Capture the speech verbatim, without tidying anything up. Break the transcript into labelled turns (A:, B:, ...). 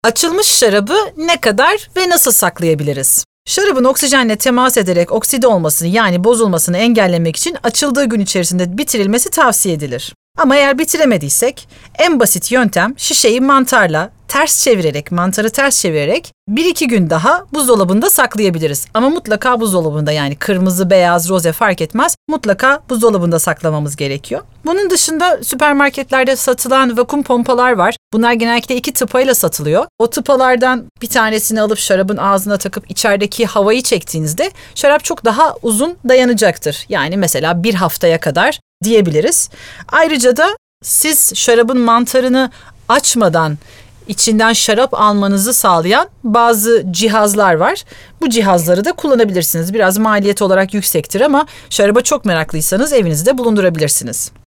A: Açılmış şarabı ne kadar ve nasıl saklayabiliriz? Şarabın oksijenle temas ederek okside olmasını yani bozulmasını engellemek için açıldığı gün içerisinde bitirilmesi tavsiye edilir. Ama eğer bitiremediysek en basit yöntem şişeyi mantarla ters çevirerek, mantarı ters çevirerek bir iki gün daha buzdolabında saklayabiliriz. Ama mutlaka buzdolabında, yani kırmızı, beyaz, roze fark etmez. Mutlaka buzdolabında saklamamız gerekiyor. Bunun dışında süpermarketlerde satılan vakum pompalar var. Bunlar genellikle iki tıpayla satılıyor. O tıpalardan bir tanesini alıp şarabın ağzına takıp içerideki havayı çektiğinizde şarap çok daha uzun dayanacaktır. Yani mesela bir haftaya kadar diyebiliriz. Ayrıca da siz şarabın mantarını açmadan içinden şarap almanızı sağlayan bazı cihazlar var. Bu cihazları da kullanabilirsiniz. Biraz maliyet olarak yüksektir ama şaraba çok meraklıysanız evinizde bulundurabilirsiniz.